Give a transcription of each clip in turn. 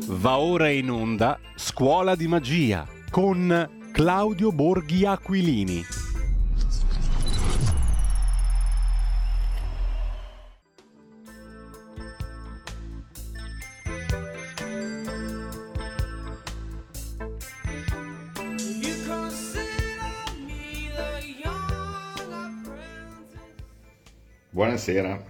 Va ora in onda Scuola di Magia con Claudio Borghi Aquilini. Buonasera,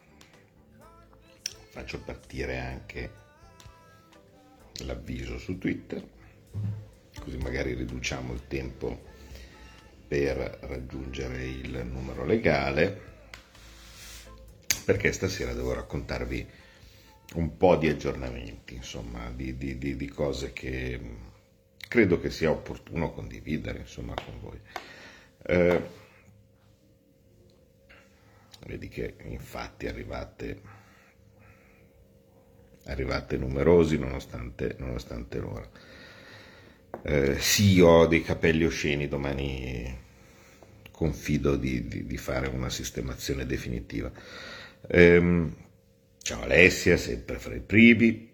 faccio partire anche l'avviso su Twitter, così magari riduciamo il tempo per raggiungere il numero legale, perché stasera devo raccontarvi un po' di aggiornamenti, insomma, di cose che credo che sia opportuno condividere, insomma, con voi. Vedi che infatti arrivate numerosi nonostante l'ora. Sì, ho dei capelli osceni, domani confido di fare una sistemazione definitiva. Ciao Alessia, sempre fra i primi.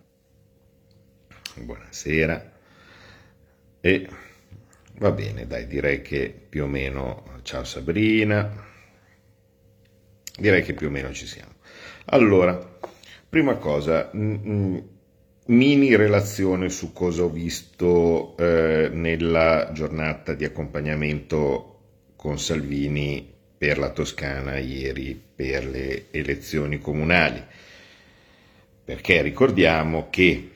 Buonasera. E va bene, dai, direi che più o meno, ciao Sabrina, direi che più o meno ci siamo. Allora, prima cosa, mini relazione su cosa ho visto nella giornata di accompagnamento con Salvini per la Toscana ieri per le elezioni comunali, perché ricordiamo che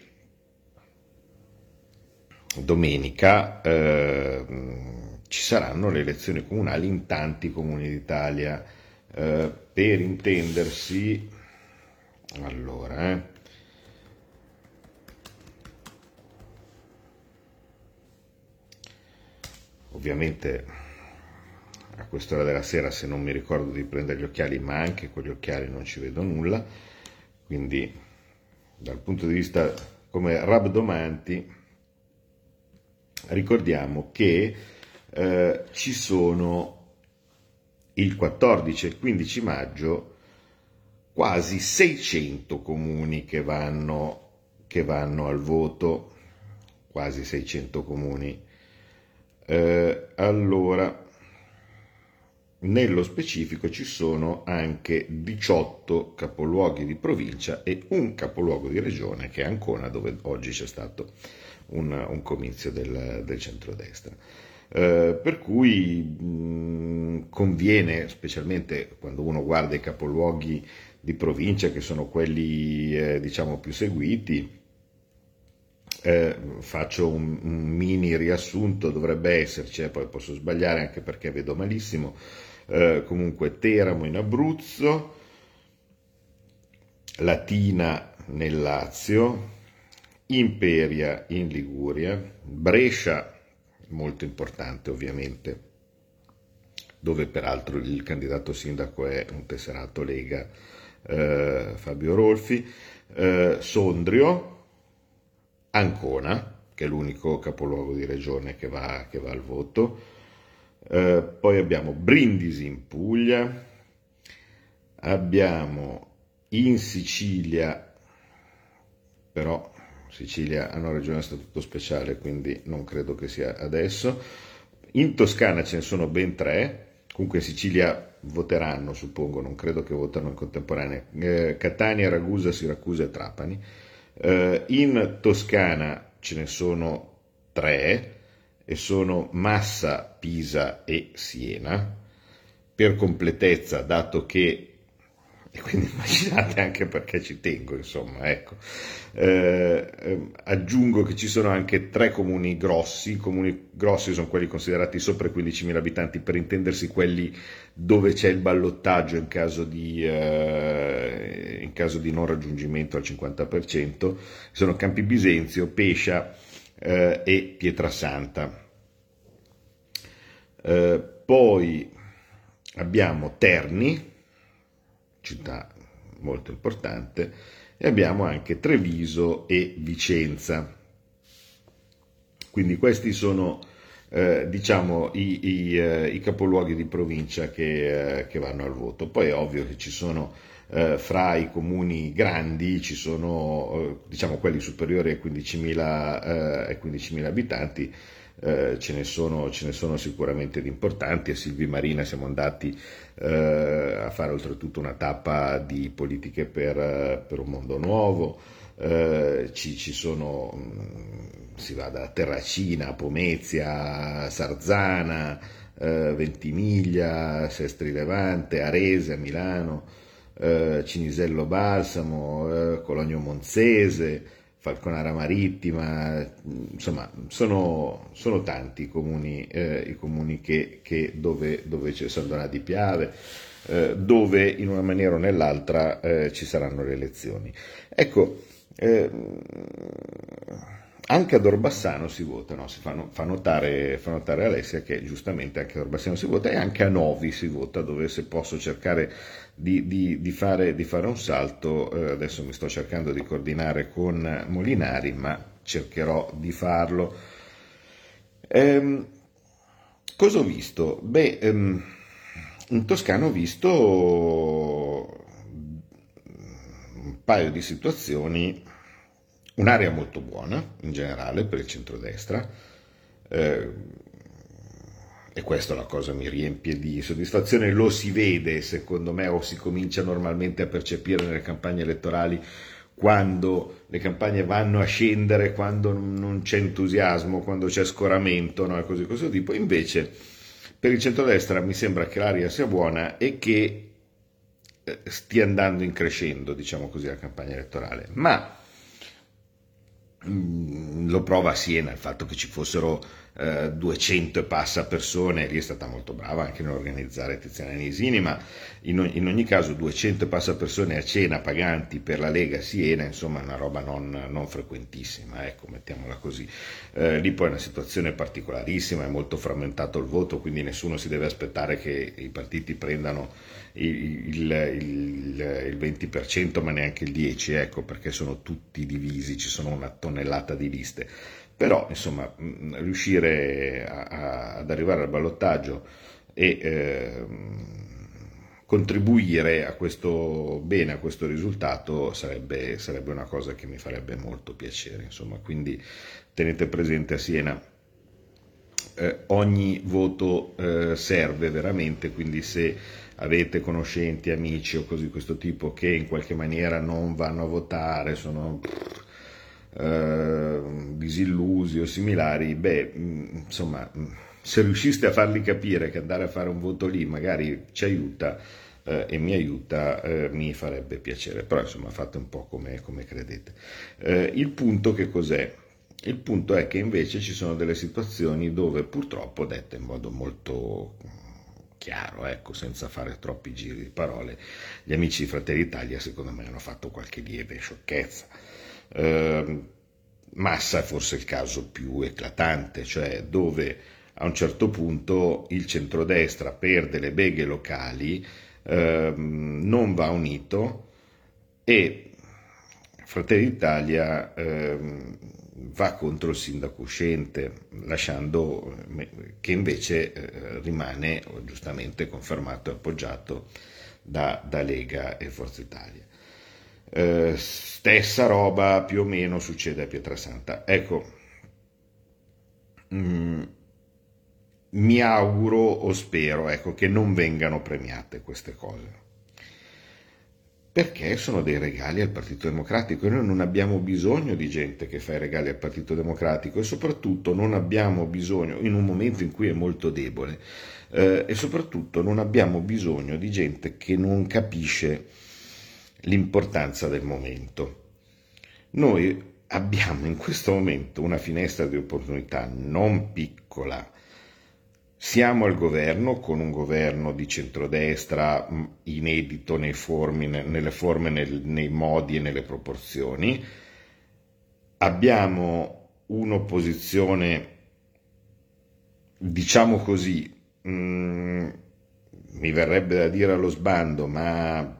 domenica ci saranno le elezioni comunali in tanti comuni d'Italia. Per intendersi, allora, ovviamente a quest'ora della sera, se non mi ricordo di prendere gli occhiali, ma anche con gli occhiali non ci vedo nulla, quindi dal punto di vista come rabdomanti ricordiamo che ci sono il 14 e il 15 maggio quasi 600 comuni che vanno al voto, quasi 600 comuni. Allora, nello specifico ci sono anche 18 capoluoghi di provincia e un capoluogo di regione, che è Ancona, dove oggi c'è stato un comizio del centrodestra. Per cui conviene, specialmente quando uno guarda i capoluoghi di provincia, che sono quelli diciamo più seguiti, faccio un mini riassunto, dovrebbe esserci, poi posso sbagliare anche perché vedo malissimo, comunque Teramo in Abruzzo, Latina nel Lazio, Imperia in Liguria, Brescia, molto importante ovviamente, dove peraltro il candidato sindaco è un tesserato Lega, Fabio Rolfi, Sondrio, Ancona, che è l'unico capoluogo di regione che va al voto, poi abbiamo Brindisi in Puglia, abbiamo in Sicilia, però Sicilia ha una regione a statuto speciale, quindi non credo che sia adesso. In Toscana ce ne sono ben 3, comunque in Sicilia voteranno, suppongo, non credo che votano in contemporanea, Catania, Ragusa, Siracusa e Trapani. In Toscana ce ne sono 3 e sono Massa, Pisa e Siena. Per completezza, dato che, e quindi immaginate anche perché ci tengo, insomma, ecco, aggiungo che ci sono anche 3 comuni grossi. Comuni grossi sono quelli considerati sopra i 15.000 abitanti, per intendersi quelli dove c'è il ballottaggio in caso di non raggiungimento al 50%, sono Campi Bisenzio, Pescia e Pietrasanta. Poi abbiamo Terni, città molto importante, e abbiamo anche Treviso e Vicenza. Quindi questi sono diciamo i capoluoghi di provincia che vanno al voto. Poi è ovvio che ci sono Fra i comuni grandi ci sono, diciamo, quelli superiori ai 15.000 abitanti, ce ne sono sicuramente di importanti. A Silvi Marina siamo andati a fare oltretutto una tappa di politiche per un mondo nuovo. Ci sono, si va da Terracina a Pomezia, Sarzana, Ventimiglia, Sestri Levante, Arese a Milano, Cinisello Balsamo, Cologno Monzese, Falconara Marittima, insomma sono tanti i comuni dove c'è San Donà di Piave, dove in una maniera o nell'altra ci saranno le elezioni. Ecco, anche ad Orbassano si vota, no? Fa notare Alessia che giustamente anche ad Orbassano si vota, e anche a Novi si vota, dove se posso cercare di fare un salto, adesso mi sto cercando di coordinare con Molinari, ma cercherò di farlo. Cosa ho visto? Beh, in Toscana ho visto un paio di situazioni, un'area molto buona in generale per il centrodestra, e questa è la cosa mi riempie di soddisfazione. Lo si vede, secondo me, o si comincia normalmente a percepire nelle campagne elettorali, quando le campagne vanno a scendere, quando non c'è entusiasmo, quando c'è scoramento, no? E così questo tipo. Invece per il centrodestra mi sembra che l'aria sia buona e che stia andando in crescendo, diciamo così, la campagna elettorale. Ma lo prova a Siena il fatto che ci fossero 200 e passa persone. Lì è stata molto brava anche nell'organizzare Tiziana Nisini, ma in ogni caso 200 e passa persone a cena paganti per la Lega Siena, insomma è una roba non frequentissima, ecco, mettiamola così. Lì poi è una situazione particolarissima, è molto frammentato il voto, quindi nessuno si deve aspettare che i partiti prendano il 20%, ma neanche il 10%, ecco, perché sono tutti divisi, ci sono una tonnellata di liste. Però insomma riuscire ad arrivare al ballottaggio e contribuire a questo risultato sarebbe una cosa che mi farebbe molto piacere, insomma. Quindi tenete presente a Siena, ogni voto serve veramente, quindi se avete conoscenti, amici o così questo tipo che in qualche maniera non vanno a votare, sono disillusi o similari, insomma, se riusciste a farli capire che andare a fare un voto lì magari ci aiuta, e mi aiuta, mi farebbe piacere. Però insomma fate un po' come credete. Il punto che cos'è? Il punto è che invece ci sono delle situazioni dove, purtroppo, dette in modo molto chiaro, ecco, senza fare troppi giri di parole, gli amici di Fratelli d'Italia secondo me hanno fatto qualche lieve sciocchezza. Massa è forse il caso più eclatante, cioè dove a un certo punto il centrodestra per delle beghe locali non va unito, e Fratelli d'Italia va contro il sindaco uscente, lasciando che invece rimane giustamente confermato e appoggiato da Lega e Forza Italia. Stessa roba più o meno succede a Pietrasanta. Ecco, mi auguro o spero, ecco, che non vengano premiate queste cose, perché sono dei regali al Partito Democratico, e noi non abbiamo bisogno di gente che fa i regali al Partito Democratico, e soprattutto non abbiamo bisogno, in un momento in cui è molto debole, e soprattutto non abbiamo bisogno di gente che non capisce l'importanza del momento. Noi abbiamo in questo momento una finestra di opportunità non piccola. Siamo al governo, con un governo di centrodestra inedito nelle forme, nei modi e nelle proporzioni. Abbiamo un'opposizione, diciamo così, mi verrebbe da dire allo sbando, ma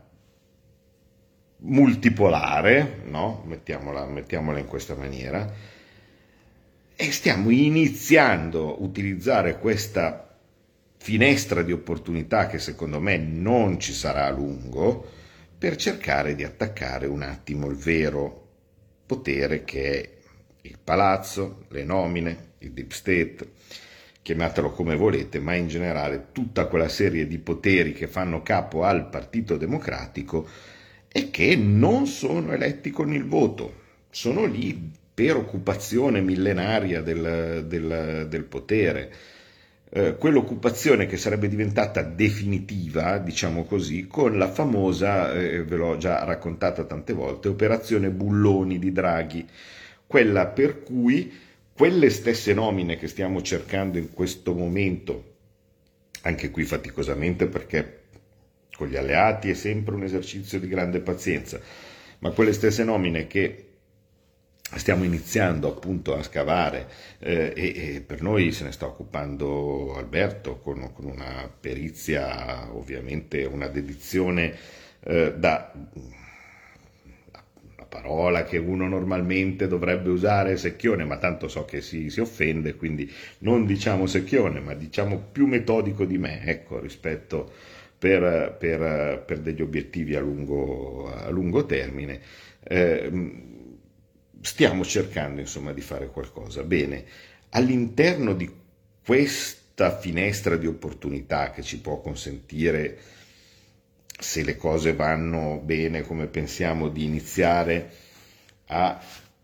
multipolare, no? Mettiamola in questa maniera, e stiamo iniziando a utilizzare questa finestra di opportunità, che secondo me non ci sarà a lungo, per cercare di attaccare un attimo il vero potere che è il palazzo, le nomine, il deep state, chiamatelo come volete, ma in generale tutta quella serie di poteri che fanno capo al Partito Democratico e che non sono eletti con il voto, sono lì per occupazione millenaria del potere. Quell'occupazione che sarebbe diventata definitiva, diciamo così, con la famosa, ve l'ho già raccontata tante volte, operazione Bulloni di Draghi, quella per cui quelle stesse nomine che stiamo cercando in questo momento, anche qui faticosamente perché con gli alleati è sempre un esercizio di grande pazienza, ma quelle stesse nomine che stiamo iniziando appunto a scavare e per noi se ne sta occupando Alberto con una perizia, ovviamente una dedizione da la parola che uno normalmente dovrebbe usare è secchione, ma tanto so che si offende, quindi non diciamo secchione, ma diciamo più metodico di me, ecco, rispetto per degli obiettivi a lungo termine. Stiamo cercando insomma di fare qualcosa. Bene, all'interno di questa finestra di opportunità che ci può consentire, se le cose vanno bene come pensiamo, di iniziare a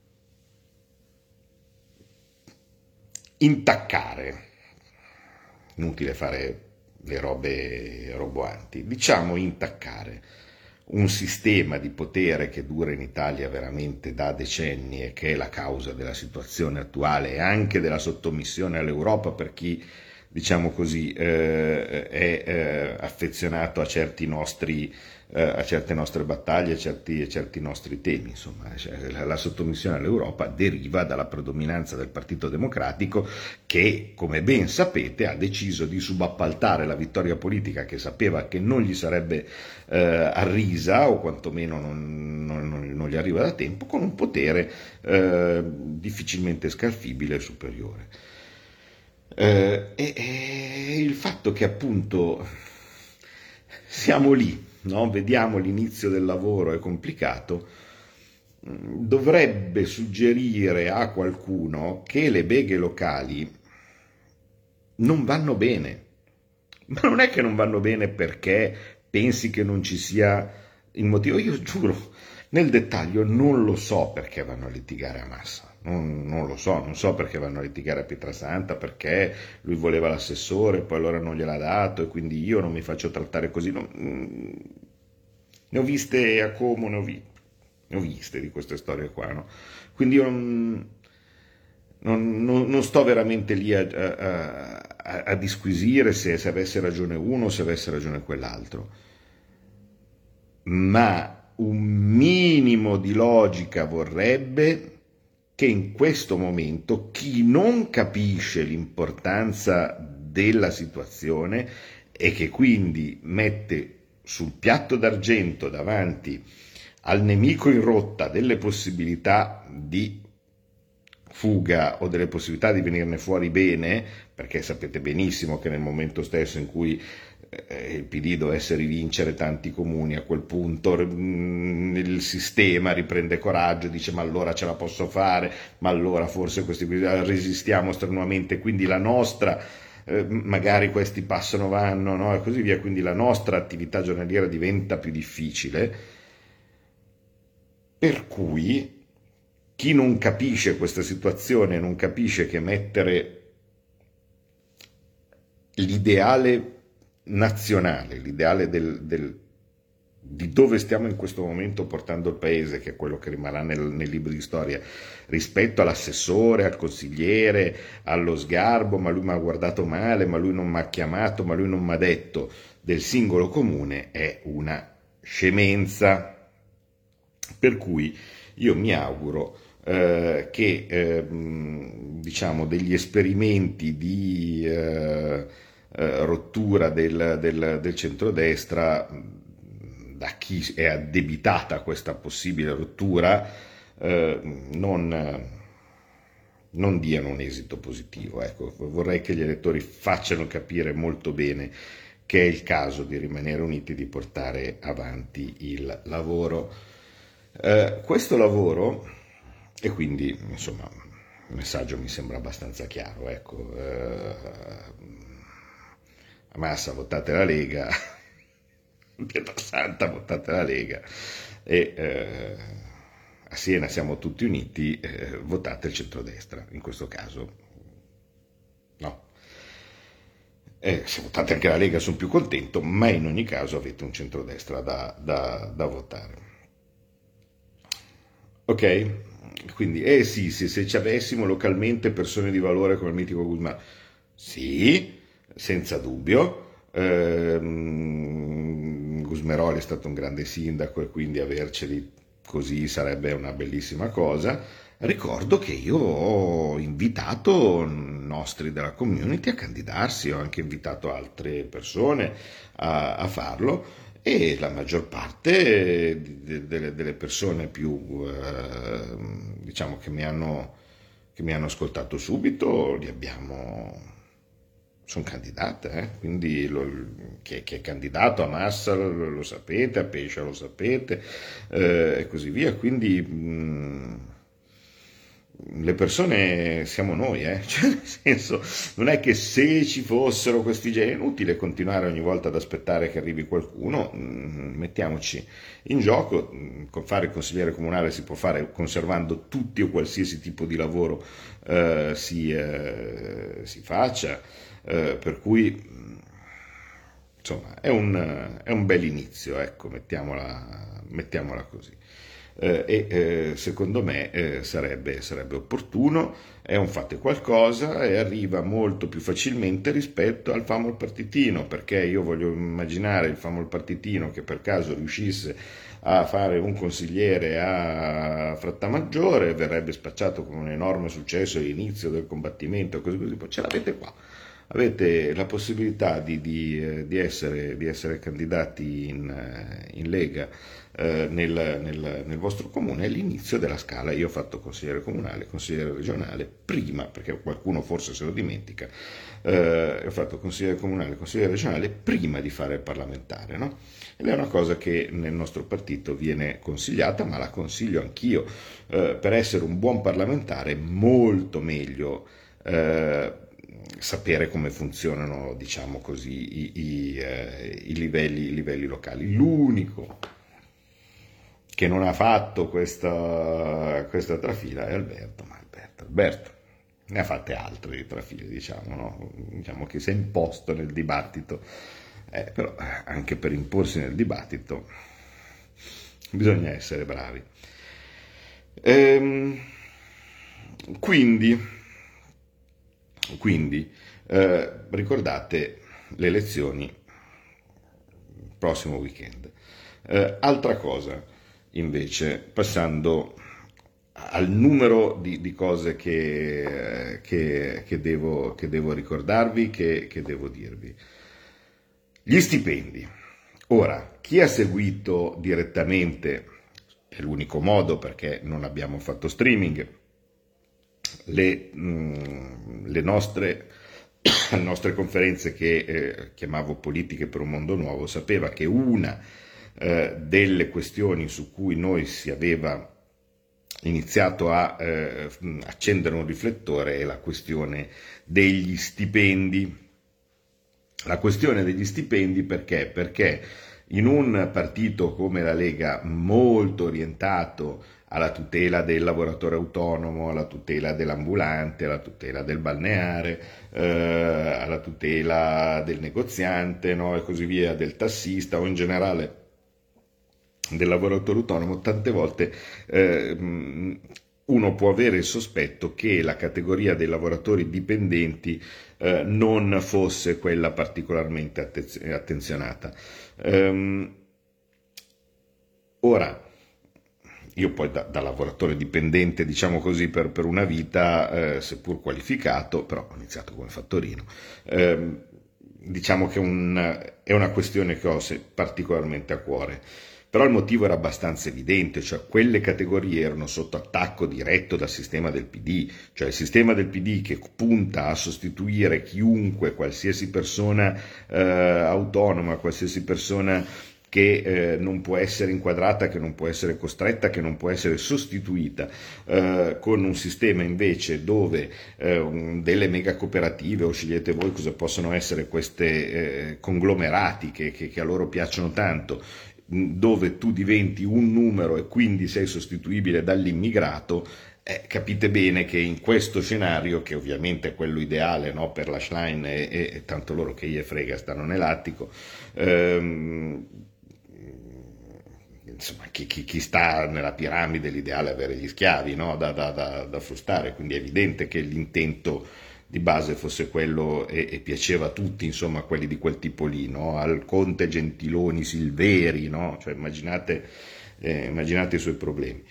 intaccare, inutile fare le robe roboanti, diciamo intaccare un sistema di potere che dura in Italia veramente da decenni e che è la causa della situazione attuale e anche della sottomissione all'Europa per chi, diciamo così, è affezionato a certe nostre battaglie, a certi nostri temi. Insomma, la sottomissione all'Europa deriva dalla predominanza del Partito Democratico che, come ben sapete, ha deciso di subappaltare la vittoria politica che sapeva che non gli sarebbe arrisa, o quantomeno non gli arriva da tempo, con un potere difficilmente scalfibile e superiore. E il fatto che appunto siamo lì, no? Vediamo l'inizio del lavoro è complicato, dovrebbe suggerire a qualcuno che le beghe locali non vanno bene, ma non è che non vanno bene perché pensi che non ci sia il motivo. Io giuro, nel dettaglio non lo so perché vanno a litigare a Massa. Non lo so, non so perché vanno a litigare a Pietrasanta, perché lui voleva l'assessore, poi allora non gliel'ha dato e quindi io non mi faccio trattare così. Ne ho viste a Como, ne ho viste di queste storie qua, no? Quindi io non sto veramente lì a disquisire se avesse ragione uno o se avesse ragione quell'altro, ma un minimo di logica vorrebbe che in questo momento chi non capisce l'importanza della situazione e che quindi mette sul piatto d'argento davanti al nemico in rotta delle possibilità di fuga o delle possibilità di venirne fuori bene, perché sapete benissimo che nel momento stesso in cui il PD dovesse rivincere tanti comuni, a quel punto il sistema riprende coraggio, dice ma allora ce la posso fare, ma allora forse questi resistiamo strenuamente, quindi la nostra magari questi passano, vanno, no? E così via, quindi la nostra attività giornaliera diventa più difficile, per cui chi non capisce questa situazione, non capisce che mettere l'ideale nazionale, l'ideale di dove stiamo in questo momento portando il paese, che è quello che rimarrà nei libri di storia, rispetto all'assessore, al consigliere, allo sgarbo, ma lui mi ha guardato male, ma lui non mi ha chiamato, ma lui non mi ha detto, del singolo comune, è una scemenza. Per cui io mi auguro che diciamo degli esperimenti di rottura del centrodestra, da chi è addebitata questa possibile rottura, non diano un esito positivo. Ecco, vorrei che gli elettori facciano capire molto bene che è il caso di rimanere uniti, di portare avanti il lavoro. Questo lavoro, e quindi insomma il messaggio mi sembra abbastanza chiaro, ecco, Massa votate la Lega, Pietrasanta votate la Lega e a Siena siamo tutti uniti, votate il centrodestra, in questo caso no. Se votate anche la Lega sono più contento, ma in ogni caso avete un centrodestra da votare. Ok? Quindi, sì, se ci avessimo localmente persone di valore come il mitico Guzmán, sì, senza dubbio. Gusmeroli è stato un grande sindaco e quindi averceli così sarebbe una bellissima cosa. Ricordo che io ho invitato nostri della community a candidarsi, ho anche invitato altre persone a farlo e la maggior parte delle persone più, diciamo, che mi hanno ascoltato subito, sono candidate, quindi chi è candidato a Massa lo sapete, a Pescia lo sapete, e così via, quindi le persone siamo noi, cioè, nel senso, non è che se ci fossero questi generi è inutile continuare ogni volta ad aspettare che arrivi qualcuno, mettiamoci in gioco, con fare il consigliere comunale si può fare conservando tutti o qualsiasi tipo di lavoro si faccia, per cui insomma è un bel inizio, ecco, mettiamola così. Secondo me sarebbe opportuno, è un fate qualcosa e arriva molto più facilmente rispetto al famo il partitino, perché io voglio immaginare il famo il partitino che per caso riuscisse a fare un consigliere a Frattamaggiore, verrebbe spacciato come un enorme successo all'inizio del combattimento, così, poi ce l'avete qua. Avete la possibilità di essere candidati in Lega nel vostro comune all'inizio della scala. Io ho fatto consigliere comunale, consigliere regionale, prima, perché qualcuno forse se lo dimentica, ho fatto consigliere comunale, consigliere regionale prima di fare il parlamentare, no? Ed è una cosa che nel nostro partito viene consigliata, ma la consiglio anch'io. Per essere un buon parlamentare è molto meglio sapere come funzionano, diciamo così, i livelli locali. L'unico che non ha fatto questa trafila è Alberto, ma Alberto ne ha fatte altre di trafile, diciamo, no? Diciamo che si è imposto nel dibattito, però anche per imporsi nel dibattito bisogna essere bravi. Quindi ricordate le elezioni prossimo weekend. Altra cosa, invece, passando al numero di cose che devo ricordarvi, che devo dirvi. Gli stipendi. Ora, chi ha seguito direttamente, è l'unico modo perché non abbiamo fatto streaming, le nostre conferenze che chiamavo Politiche per un mondo nuovo, sapeva che una delle questioni su cui noi si aveva iniziato a accendere un riflettore è la questione degli stipendi. La questione degli stipendi perché? Perché in un partito come la Lega, molto orientato alla tutela del lavoratore autonomo, alla tutela dell'ambulante, alla tutela del balneare, alla tutela del negoziante, no? E così via, del tassista o in generale del lavoratore autonomo, tante volte uno può avere il sospetto che la categoria dei lavoratori dipendenti non fosse quella particolarmente attenzionata. Ora, io poi da lavoratore dipendente, diciamo così, per una vita, seppur qualificato, però ho iniziato come fattorino, diciamo che è una questione che ho particolarmente a cuore. Però il motivo era abbastanza evidente, cioè quelle categorie erano sotto attacco diretto dal sistema del PD, cioè il sistema del PD che punta a sostituire chiunque, qualsiasi persona autonoma, qualsiasi persona che non può essere inquadrata, che non può essere costretta, che non può essere sostituita, con un sistema invece dove delle mega cooperative, o scegliete voi cosa possono essere queste conglomerati che a loro piacciono tanto, dove tu diventi un numero e quindi sei sostituibile dall'immigrato. Capite bene che in questo scenario, che ovviamente è quello ideale, no, per la Schlein e tanto loro che gli frega, stanno nell'attico, insomma, chi sta nella piramide, l'ideale è avere gli schiavi, no, da frustare, quindi è evidente che l'intento di base fosse quello e piaceva a tutti, insomma, quelli di quel tipo lì, no? Al conte Gentiloni Silveri, no? Cioè, immaginate i suoi problemi.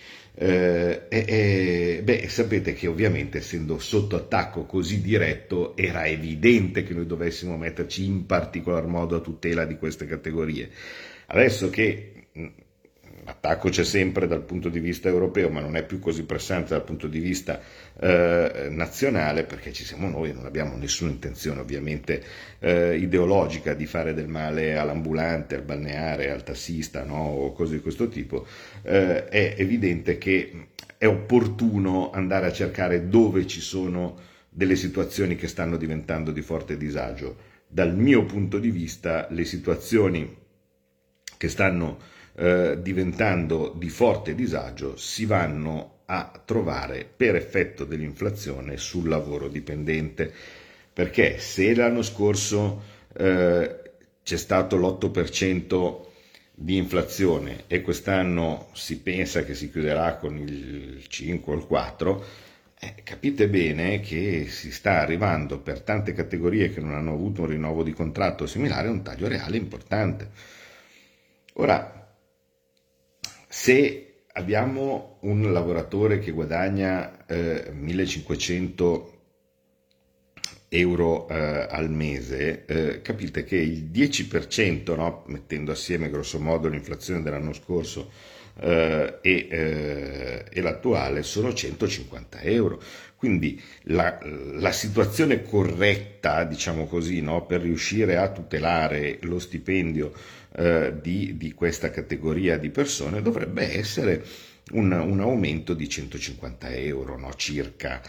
Sapete che ovviamente, essendo sotto attacco così diretto, era evidente che noi dovessimo metterci in particolar modo a tutela di queste categorie. Adesso che l'attacco c'è sempre dal punto di vista europeo, ma non è più così pressante dal punto di vista nazionale, perché ci siamo noi e non abbiamo nessuna intenzione ovviamente ideologica di fare del male all'ambulante, al balneare, al tassista, no? O cose di questo tipo. È evidente che è opportuno andare a cercare dove ci sono delle situazioni che stanno diventando di forte disagio. Dal mio punto di vista, le situazioni che stanno diventando di forte disagio si vanno a trovare per effetto dell'inflazione sul lavoro dipendente, perché se l'anno scorso c'è stato l'8% di inflazione e quest'anno si pensa che si chiuderà con il 5 o il 4, capite bene che si sta arrivando per tante categorie che non hanno avuto un rinnovo di contratto similare a un taglio reale importante. Ora, se abbiamo un lavoratore che guadagna 1.500 euro al mese, capite che il 10%, no, mettendo assieme grosso modo l'inflazione dell'anno scorso e l'attuale, sono 150 euro. Quindi la situazione corretta, diciamo così, no, per riuscire a tutelare lo stipendio di questa categoria di persone dovrebbe essere un aumento di 150 euro, no, circa.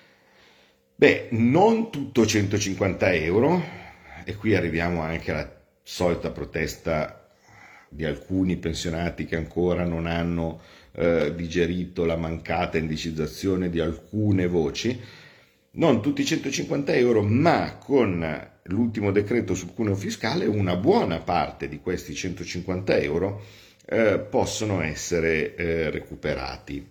Non tutto 150 euro, e qui arriviamo anche alla solita protesta di alcuni pensionati che ancora non hanno digerito la mancata indicizzazione di alcune voci. Non tutti i 150 euro, ma con l'ultimo decreto sul cuneo fiscale una buona parte di questi 150 euro possono essere recuperati.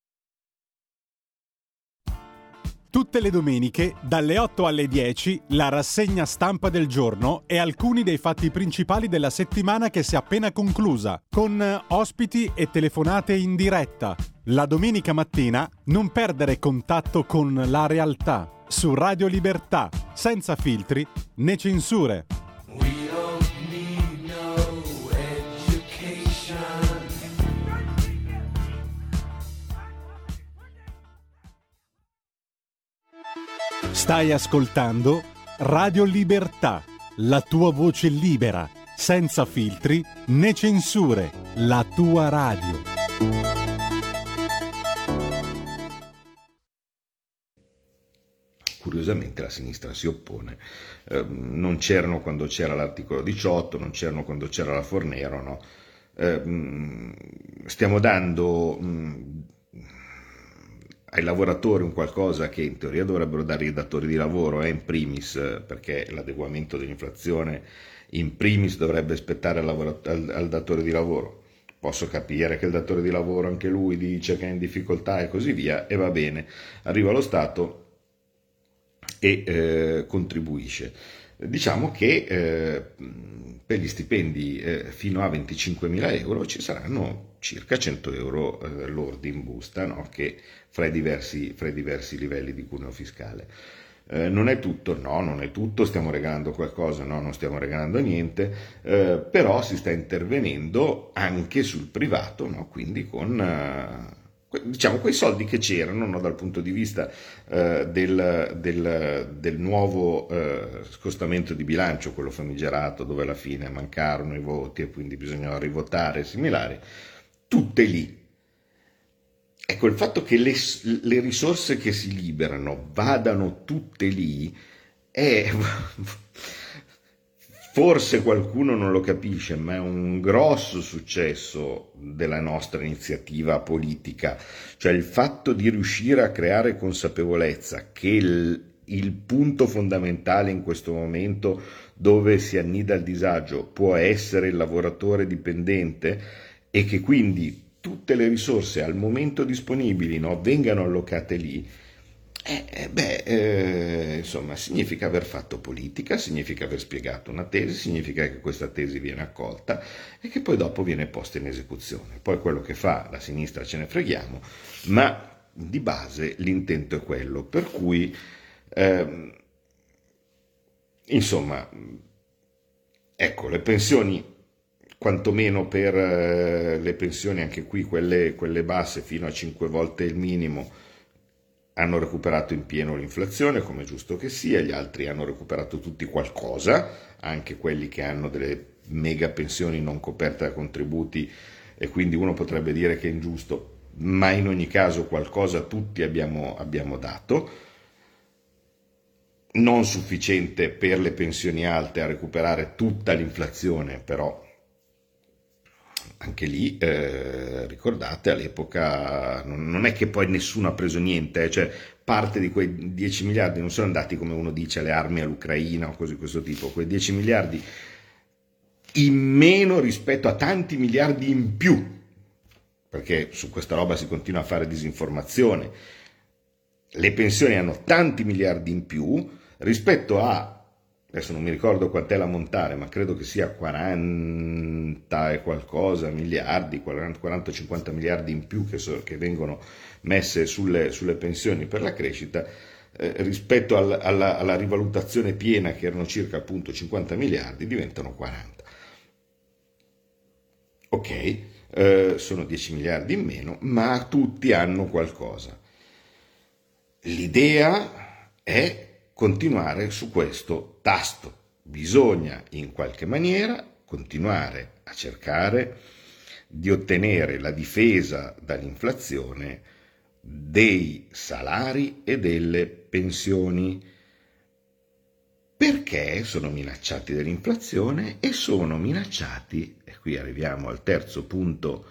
Tutte le domeniche, dalle 8 alle 10, la rassegna stampa del giorno e alcuni dei fatti principali della settimana che si è appena conclusa, con ospiti e telefonate in diretta. La domenica mattina non perdere contatto con la realtà, su Radio Libertà, senza filtri né censure. Stai ascoltando Radio Libertà, la tua voce libera, senza filtri né censure, la tua radio. Curiosamente la sinistra si oppone, non c'erano quando c'era l'articolo 18, non c'erano quando c'era la Fornero, no? Stiamo dando ai lavoratori un qualcosa che in teoria dovrebbero dare i datori di lavoro, in primis, perché l'adeguamento dell'inflazione in primis dovrebbe spettare al datore di lavoro. Posso capire che il datore di lavoro anche lui dice che è in difficoltà e così via, e va bene, arriva lo Stato e contribuisce. Diciamo che per gli stipendi fino a 25.000 euro ci saranno circa 100 euro lordi in busta, no? Che fra i diversi livelli di cuneo fiscale. Non è tutto, no, non è tutto, stiamo regalando qualcosa, no, non stiamo regalando niente, però si sta intervenendo anche sul privato, no? Quindi con diciamo quei soldi che c'erano, no, dal punto di vista del nuovo scostamento di bilancio, quello famigerato, dove alla fine mancarono i voti e quindi bisognava rivotare e similari, tutte lì. Ecco, il fatto che le risorse che si liberano vadano tutte lì è forse qualcuno non lo capisce, ma è un grosso successo della nostra iniziativa politica, cioè il fatto di riuscire a creare consapevolezza che il punto fondamentale in questo momento dove si annida il disagio può essere il lavoratore dipendente e che quindi tutte le risorse al momento disponibili, no, vengano allocate lì, insomma, significa aver fatto politica, significa aver spiegato una tesi, significa che questa tesi viene accolta e che poi dopo viene posta in esecuzione. Poi quello che fa la sinistra ce ne freghiamo, ma di base l'intento è quello, per cui insomma, ecco, le pensioni, quantomeno per le pensioni, anche qui quelle basse fino a 5 volte il minimo, hanno recuperato in pieno l'inflazione, come è giusto che sia, gli altri hanno recuperato tutti qualcosa, anche quelli che hanno delle mega pensioni non coperte da contributi, e quindi uno potrebbe dire che è ingiusto, ma in ogni caso qualcosa tutti abbiamo dato. Non sufficiente per le pensioni alte a recuperare tutta l'inflazione, però anche lì ricordate all'epoca non è che poi nessuno ha preso niente, cioè parte di quei 10 miliardi non sono andati, come uno dice, alle armi all'Ucraina o cose di questo tipo, quei 10 miliardi in meno rispetto a tanti miliardi in più, perché su questa roba si continua a fare disinformazione. Le pensioni hanno tanti miliardi in più rispetto a, adesso non mi ricordo quant'è la montare, ma credo che sia 40 e qualcosa miliardi, 40-50 miliardi in più che vengono messe sulle pensioni per la crescita, rispetto alla rivalutazione piena, che erano circa appunto 50 miliardi, diventano 40. Ok, sono 10 miliardi in meno, ma tutti hanno qualcosa. L'idea è continuare su questo tasto. Bisogna in qualche maniera continuare a cercare di ottenere la difesa dall'inflazione dei salari e delle pensioni, perché sono minacciati dall'inflazione e sono minacciati, e qui arriviamo al terzo punto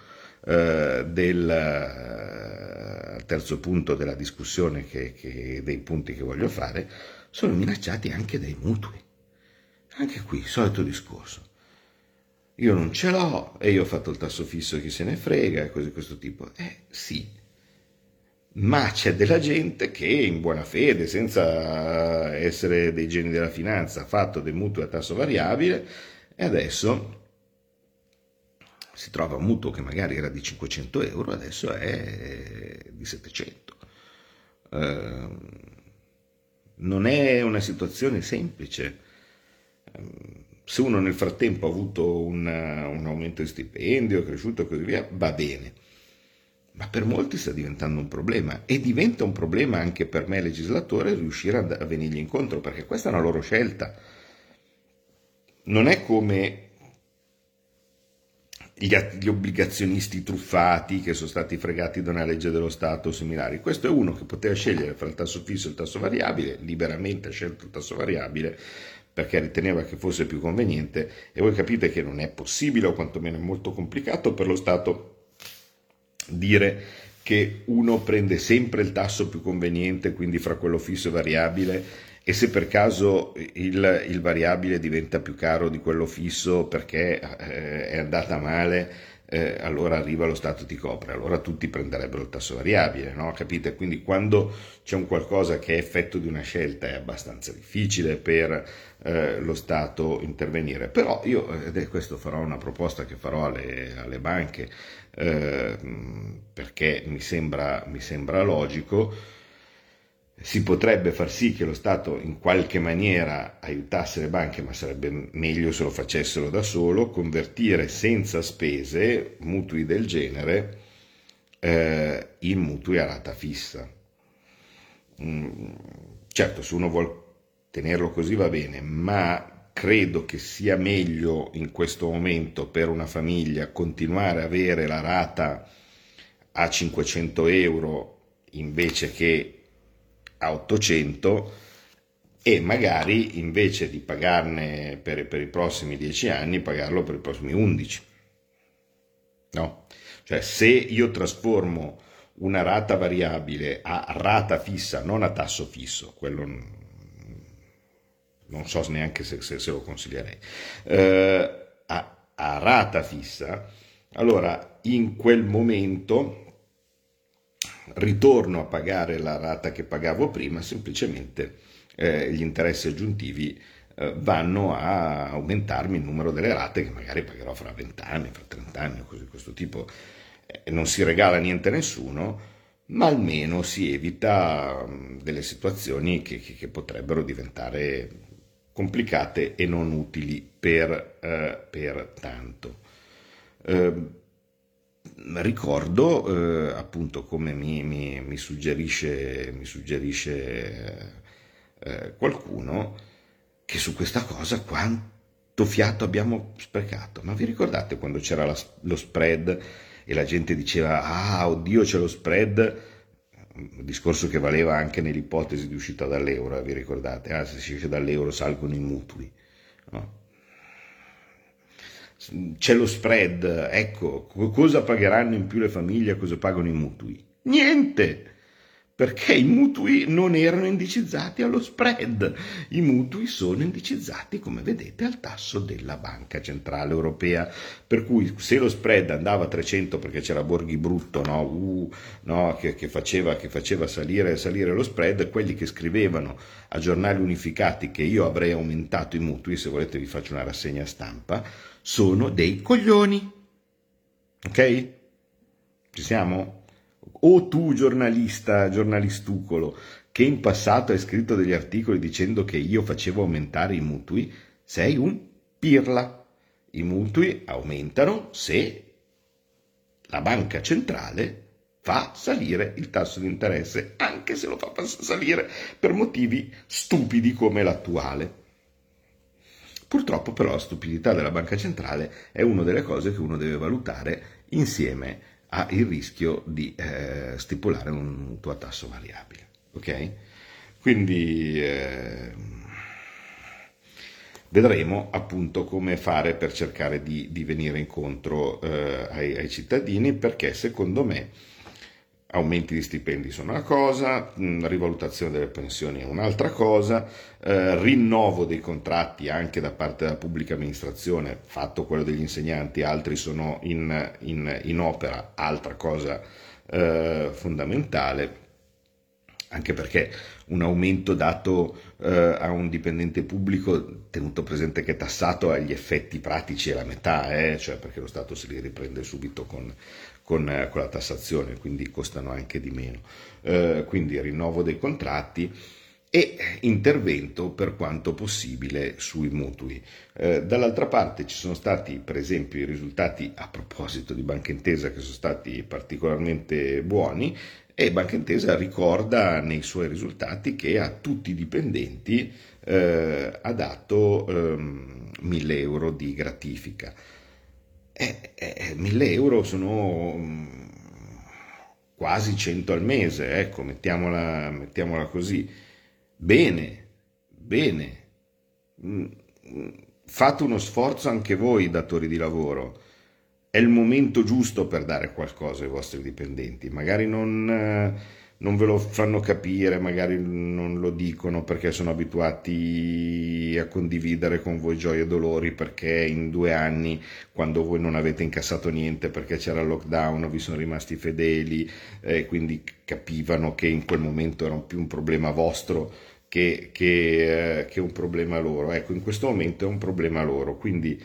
della discussione, dei punti che voglio fare, sono minacciati anche dai mutui. Anche qui, solito discorso. Io non ce l'ho e io ho fatto il tasso fisso, chi se ne frega, e cose di questo tipo. Sì, ma c'è della gente che in buona fede, senza essere dei geni della finanza, ha fatto dei mutui a tasso variabile e adesso si trova un mutuo che magari era di 500 euro, adesso è di 700. Non è una situazione semplice. Se uno nel frattempo ha avuto un aumento di stipendio, è cresciuto e così via, va bene. Ma per molti sta diventando un problema, e diventa un problema anche per me legislatore riuscire a venirgli incontro, perché questa è una loro scelta. Non è come gli obbligazionisti truffati che sono stati fregati da una legge dello Stato o similari. Questo è uno che poteva scegliere fra il tasso fisso e il tasso variabile, liberamente ha scelto il tasso variabile perché riteneva che fosse più conveniente, e voi capite che non è possibile, o quantomeno è molto complicato per lo Stato dire che uno prende sempre il tasso più conveniente, quindi fra quello fisso e variabile, e se per caso il variabile diventa più caro di quello fisso perché è andata male, allora arriva lo Stato ti copre, allora tutti prenderebbero il tasso variabile, no? Capite? Quindi quando c'è un qualcosa che è effetto di una scelta è abbastanza difficile per lo Stato intervenire. Però io, questo farò una proposta che farò alle banche, perché mi sembra logico. Si potrebbe far sì che lo Stato in qualche maniera aiutasse le banche, ma sarebbe meglio se lo facessero da solo, convertire senza spese mutui del genere in mutui a rata fissa. Certo, se uno vuole tenerlo così va bene, ma credo che sia meglio in questo momento per una famiglia continuare a avere la rata a 500 euro invece che a 800, e magari invece di pagarne per i prossimi 10 anni, pagarlo per i prossimi 11. No? Cioè, se io trasformo una rata variabile a rata fissa, non a tasso fisso, quello non so neanche se lo consiglierei, a rata fissa, allora in quel momento ritorno a pagare la rata che pagavo prima, semplicemente gli interessi aggiuntivi vanno a aumentarmi il numero delle rate che magari pagherò fra 20 anni, fra 30 anni, così questo tipo. Non si regala niente a nessuno, ma almeno si evita delle situazioni che potrebbero diventare complicate e non utili per tanto. Ricordo appunto come mi suggerisce qualcuno che su questa cosa quanto fiato abbiamo sprecato. Ma vi ricordate quando c'era lo spread e la gente diceva ah oddio c'è lo spread, un discorso che valeva anche nell'ipotesi di uscita dall'euro, vi ricordate? Ah, se si esce dall'euro salgono i mutui, no? C'è lo spread, ecco, cosa pagheranno in più le famiglie, cosa pagano i mutui? Niente, perché i mutui non erano indicizzati allo spread, i mutui sono indicizzati, come vedete, al tasso della Banca Centrale Europea, per cui se lo spread andava a 300 perché c'era Borghi Brutto, no, che faceva salire lo spread, quelli che scrivevano a giornali unificati che io avrei aumentato i mutui, se volete vi faccio una rassegna stampa, sono dei coglioni, ok? Ci siamo? O tu giornalistucolo, che in passato hai scritto degli articoli dicendo che io facevo aumentare i mutui, sei un pirla. I mutui aumentano se la banca centrale fa salire il tasso di interesse, anche se lo fa salire per motivi stupidi come l'attuale. Purtroppo però la stupidità della banca centrale è una delle cose che uno deve valutare insieme al rischio di stipulare un mutuo a tasso variabile. Ok? Quindi vedremo appunto come fare per cercare di venire incontro ai cittadini, perché secondo me aumenti di stipendi sono una cosa, rivalutazione delle pensioni è un'altra cosa, rinnovo dei contratti anche da parte della pubblica amministrazione, fatto quello degli insegnanti, altri sono in opera, altra cosa fondamentale, anche perché un aumento dato a un dipendente pubblico, tenuto presente che è tassato, ha gli effetti pratici è la metà, cioè perché lo Stato se li riprende subito con la tassazione, quindi costano anche di meno. Quindi rinnovo dei contratti e intervento per quanto possibile sui mutui. Dall'altra parte ci sono stati per esempio i risultati a proposito di Banca Intesa che sono stati particolarmente buoni, e Banca Intesa ricorda nei suoi risultati che a tutti i dipendenti ha dato 1.000 euro di gratifica. 1.000 euro sono quasi 100 al mese, ecco, mettiamola così. Bene, bene. Fate uno sforzo anche voi, datori di lavoro. È il momento giusto per dare qualcosa ai vostri dipendenti. Magari non ve lo fanno capire, magari non lo dicono perché sono abituati a condividere con voi gioie e dolori, perché in 2 anni, quando voi non avete incassato niente perché c'era il lockdown, vi sono rimasti fedeli, quindi capivano che in quel momento era più un problema vostro che un problema loro. Ecco, in questo momento è un problema loro, quindi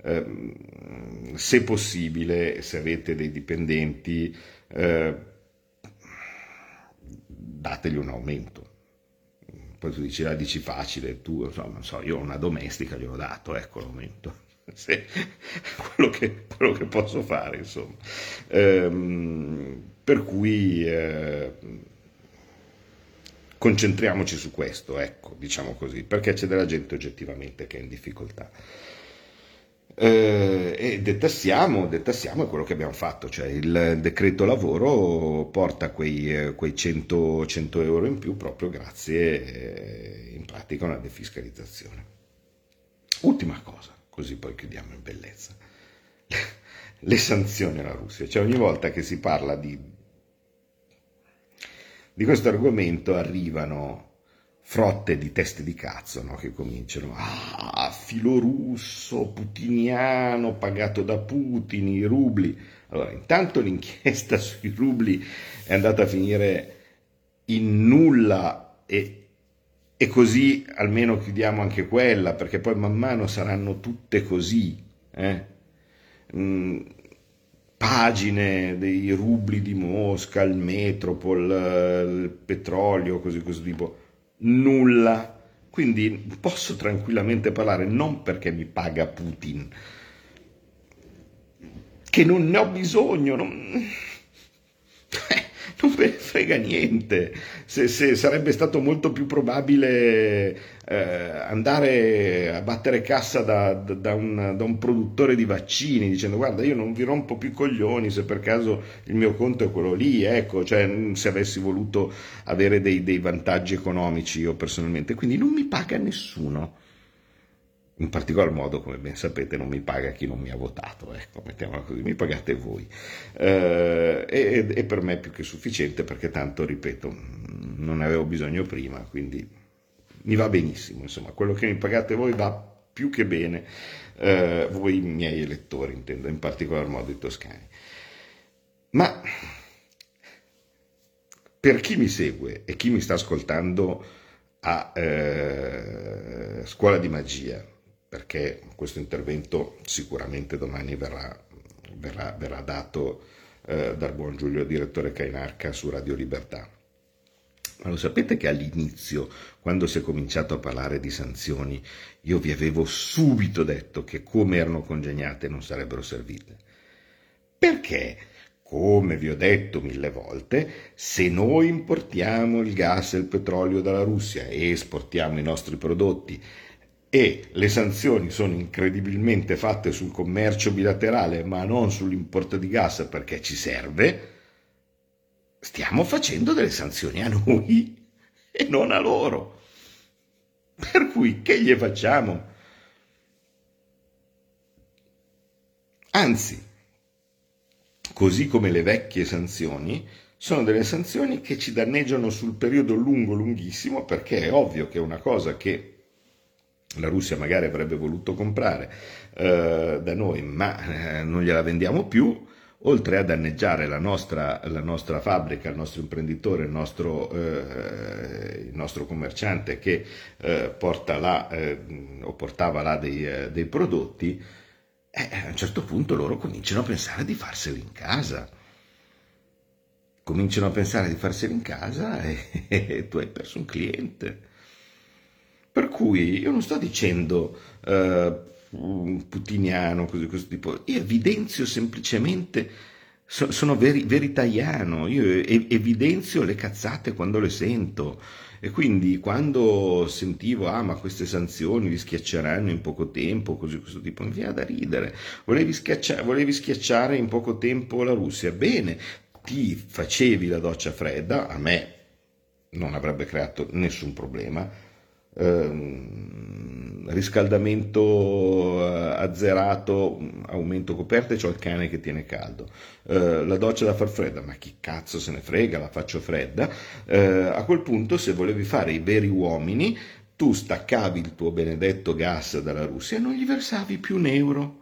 se possibile, se avete dei dipendenti, dategli un aumento, Poi tu dici, la dici facile, tu, insomma, non so, io ho una domestica, gliel'ho dato, ecco l'aumento. Sì, quello che posso fare, insomma. Per cui concentriamoci su questo, ecco, diciamo così, perché c'è della gente oggettivamente che è in difficoltà. E detassiamo è quello che abbiamo fatto, cioè il decreto lavoro porta quei 100 euro in più proprio grazie in pratica a una defiscalizzazione. Ultima cosa, così poi chiudiamo in bellezza. Le sanzioni alla Russia, cioè ogni volta che si parla di questo argomento arrivano frotte di teste di cazzo, no? Che cominciano, filo russo, putiniano, pagato da Putin, i rubli. Allora, intanto l'inchiesta sui rubli è andata a finire in nulla e così almeno chiudiamo anche quella, perché poi man mano saranno tutte così. Pagine dei rubli di Mosca, il Metropol, il petrolio, così tipo, nulla. Quindi posso tranquillamente parlare, non perché mi paga Putin, che non ne ho bisogno, non me ne frega niente. Se sarebbe stato molto più probabile andare a battere cassa da un produttore di vaccini dicendo guarda, io non vi rompo più i coglioni se per caso il mio conto è quello lì, ecco, cioè se avessi voluto avere dei vantaggi economici io personalmente. Quindi non mi paga nessuno. In particolar modo, come ben sapete, non mi paga chi non mi ha votato, ecco, mettiamola così, mi pagate voi. E per me è più che sufficiente, perché tanto, ripeto, non ne avevo bisogno prima, quindi mi va benissimo, insomma, quello che mi pagate voi va più che bene, voi miei elettori, intendo, in particolar modo i toscani. Ma per chi mi segue e chi mi sta ascoltando a Scuola di Magia, perché questo intervento sicuramente domani verrà dato dal buon Giulio, direttore Cainarca, su Radio Libertà. Ma lo sapete che all'inizio, quando si è cominciato a parlare di sanzioni, io vi avevo subito detto che come erano congegnate non sarebbero servite? Perché, come vi ho detto 1000 volte, se noi importiamo il gas e il petrolio dalla Russia e esportiamo i nostri prodotti e le sanzioni sono incredibilmente fatte sul commercio bilaterale ma non sull'importo di gas perché ci serve, stiamo facendo delle sanzioni a noi e non a loro. Per cui che gli facciamo? Anzi, così come le vecchie sanzioni, sono delle sanzioni che ci danneggiano sul periodo lunghissimo, perché è ovvio che è una cosa che la Russia magari avrebbe voluto comprare da noi, ma non gliela vendiamo più, oltre a danneggiare la nostra fabbrica, il nostro imprenditore, il nostro commerciante che porta là o portava là dei prodotti, a un certo punto loro cominciano a pensare di farseli in casa. E tu hai perso un cliente. Per cui io non sto dicendo putiniano, così tipo, io evidenzio semplicemente, sono veritaiano, io evidenzio le cazzate quando le sento. E quindi quando sentivo, ma queste sanzioni li schiacceranno in poco tempo, così questo tipo, mi viene da ridere. Volevi schiacciare in poco tempo la Russia? Bene, ti facevi la doccia fredda, a me non avrebbe creato nessun problema. Riscaldamento azzerato, aumento coperte, c'ho il cane che tiene caldo, la doccia da far fredda, ma chi cazzo se ne frega, la faccio fredda. A quel punto, se volevi fare i veri uomini, tu staccavi il tuo benedetto gas dalla Russia e non gli versavi più un euro.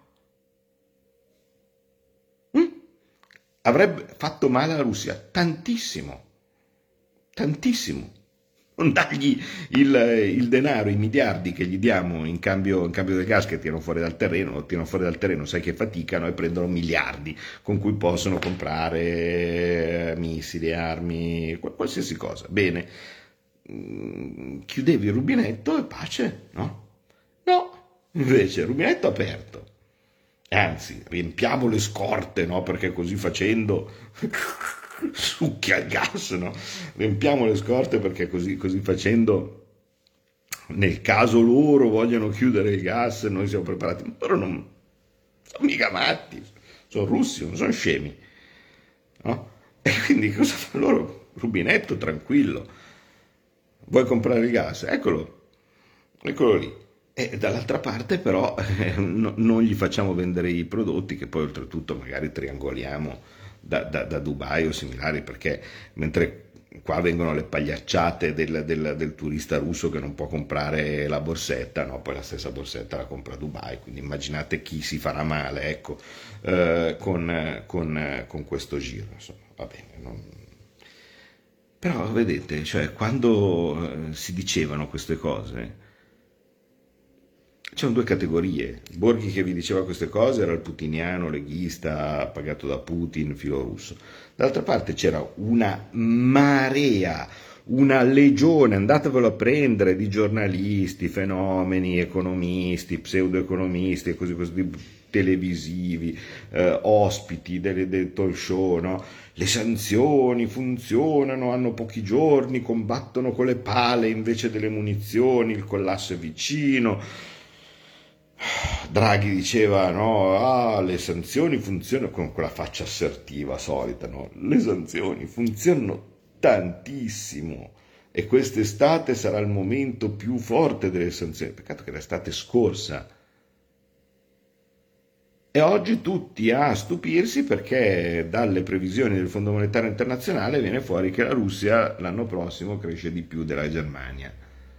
Avrebbe fatto male alla Russia tantissimo. Non dargli il denaro, i miliardi che gli diamo in cambio del gas che tirano fuori dal terreno, sai che faticano e prendono miliardi con cui possono comprare missili, armi, qualsiasi cosa. Bene, chiudevi il rubinetto e pace, no? No, invece il rubinetto aperto. Anzi, riempiamo le scorte, no? Perché così facendo succhia il gas, no? Riempiamo le scorte perché così facendo, nel caso loro vogliono chiudere il gas, noi siamo preparati. Ma loro non sono mica matti, sono russi, non sono scemi, no? E quindi cosa fa loro? Rubinetto tranquillo. Vuoi comprare il gas? Eccolo lì. E dall'altra parte però non gli facciamo vendere i prodotti che poi oltretutto magari triangoliamo da Dubai o similari, perché mentre qua vengono le pagliacciate del turista russo che non può comprare la borsetta, no? Poi la stessa borsetta la compra a Dubai, quindi immaginate chi si farà male, ecco, con questo giro, insomma, va bene. Però vedete, cioè, quando si dicevano queste cose, c'erano due categorie. Borghi che vi diceva queste cose era il putiniano, leghista, pagato da Putin, filorusso. Dall'altra parte c'era una marea, una legione, andatevelo a prendere, di giornalisti, fenomeni, economisti, pseudoeconomisti, così televisivi, ospiti del talk show, no? Le sanzioni funzionano, hanno pochi giorni, combattono con le pale invece delle munizioni, il collasso è vicino. Draghi diceva, no, le sanzioni funzionano, con quella faccia assertiva solita, no? Le sanzioni funzionano tantissimo e quest'estate sarà il momento più forte delle sanzioni. Peccato che l'estate scorsa. E oggi tutti a stupirsi perché dalle previsioni del Fondo Monetario Internazionale viene fuori che la Russia l'anno prossimo cresce di più della Germania.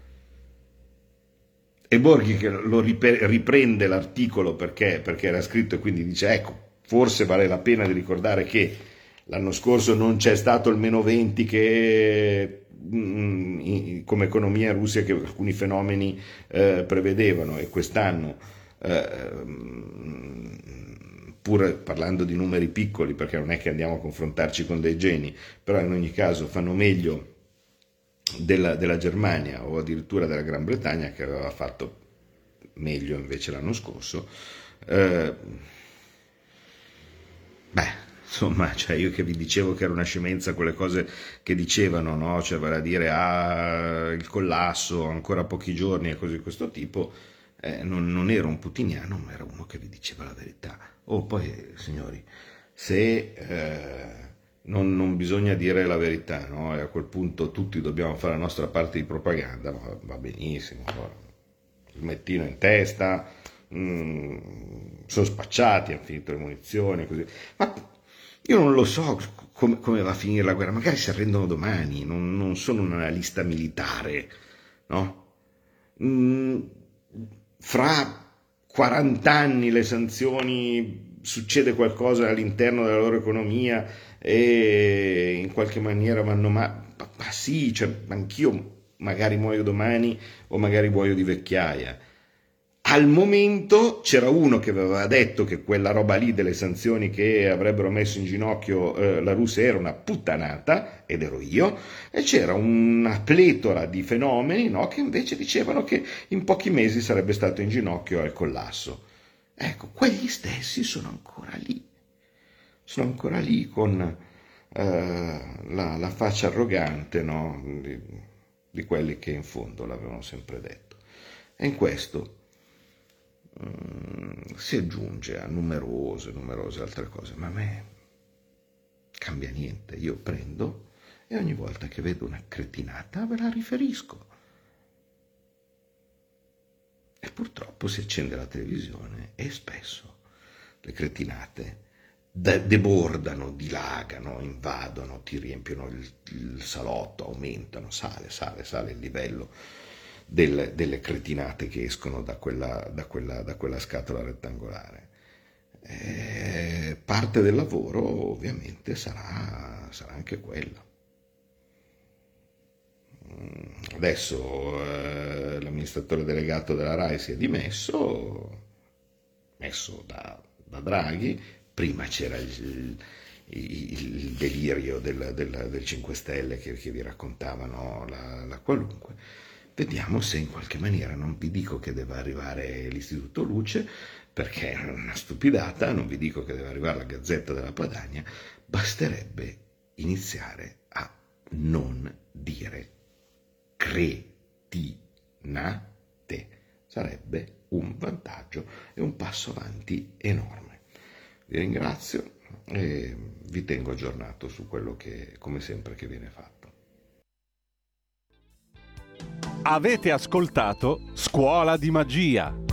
E Borghi che lo riprende l'articolo perché era scritto e quindi dice, ecco, forse vale la pena di ricordare che l'anno scorso non c'è stato il meno 20 che come economia in Russia che alcuni fenomeni prevedevano, e quest'anno pur parlando di numeri piccoli, perché non è che andiamo a confrontarci con dei geni, però in ogni caso fanno meglio della Germania o addirittura della Gran Bretagna, che aveva fatto meglio invece l'anno scorso. Insomma, cioè io che vi dicevo che era una scemenza quelle cose che dicevano, no? Cioè vale a dire il collasso, ancora pochi giorni e cose di questo tipo, non era un putiniano, ma era uno che vi diceva la verità. Poi signori, se non bisogna dire la verità, no? E a quel punto tutti dobbiamo fare la nostra parte di propaganda, ma va benissimo, il mettino in testa, sono spacciati, hanno finito le munizioni, così. Ma io non lo so come va a finire la guerra, magari si arrendono domani, non sono un analista militare, no? Fra 40 anni le sanzioni, succede qualcosa all'interno della loro economia e in qualche maniera vanno ma sì, cioè, anch'io magari muoio domani o magari muoio di vecchiaia. Al momento c'era uno che aveva detto che quella roba lì delle sanzioni che avrebbero messo in ginocchio la Russia era una puttanata, ed ero io, e c'era una pletora di fenomeni, no, che invece dicevano che in pochi mesi sarebbe stato in ginocchio al collasso. Ecco, quegli stessi sono ancora lì con la faccia arrogante, no, di quelli che in fondo l'avevano sempre detto. E in questo si aggiunge a numerose altre cose, ma a me cambia niente. Io prendo e ogni volta che vedo una cretinata ve la riferisco. E purtroppo si accende la televisione e spesso le cretinate debordano, dilagano, invadono, ti riempiono il salotto, aumentano, sale il livello delle cretinate che escono da quella scatola rettangolare. Parte del lavoro ovviamente sarà anche quello. Adesso l'amministratore delegato della RAI si è messo da Draghi. Prima c'era il delirio del 5 Stelle che vi raccontavano la qualunque. Vediamo se in qualche maniera, non vi dico che deve arrivare l'Istituto Luce, perché è una stupidata, non vi dico che deve arrivare la Gazzetta della Padania, basterebbe iniziare a non dire cretinate. Sarebbe un vantaggio e un passo avanti enorme. Vi ringrazio e vi tengo aggiornato su quello che, come sempre, che viene fatto. Avete ascoltato Scuola di Magia.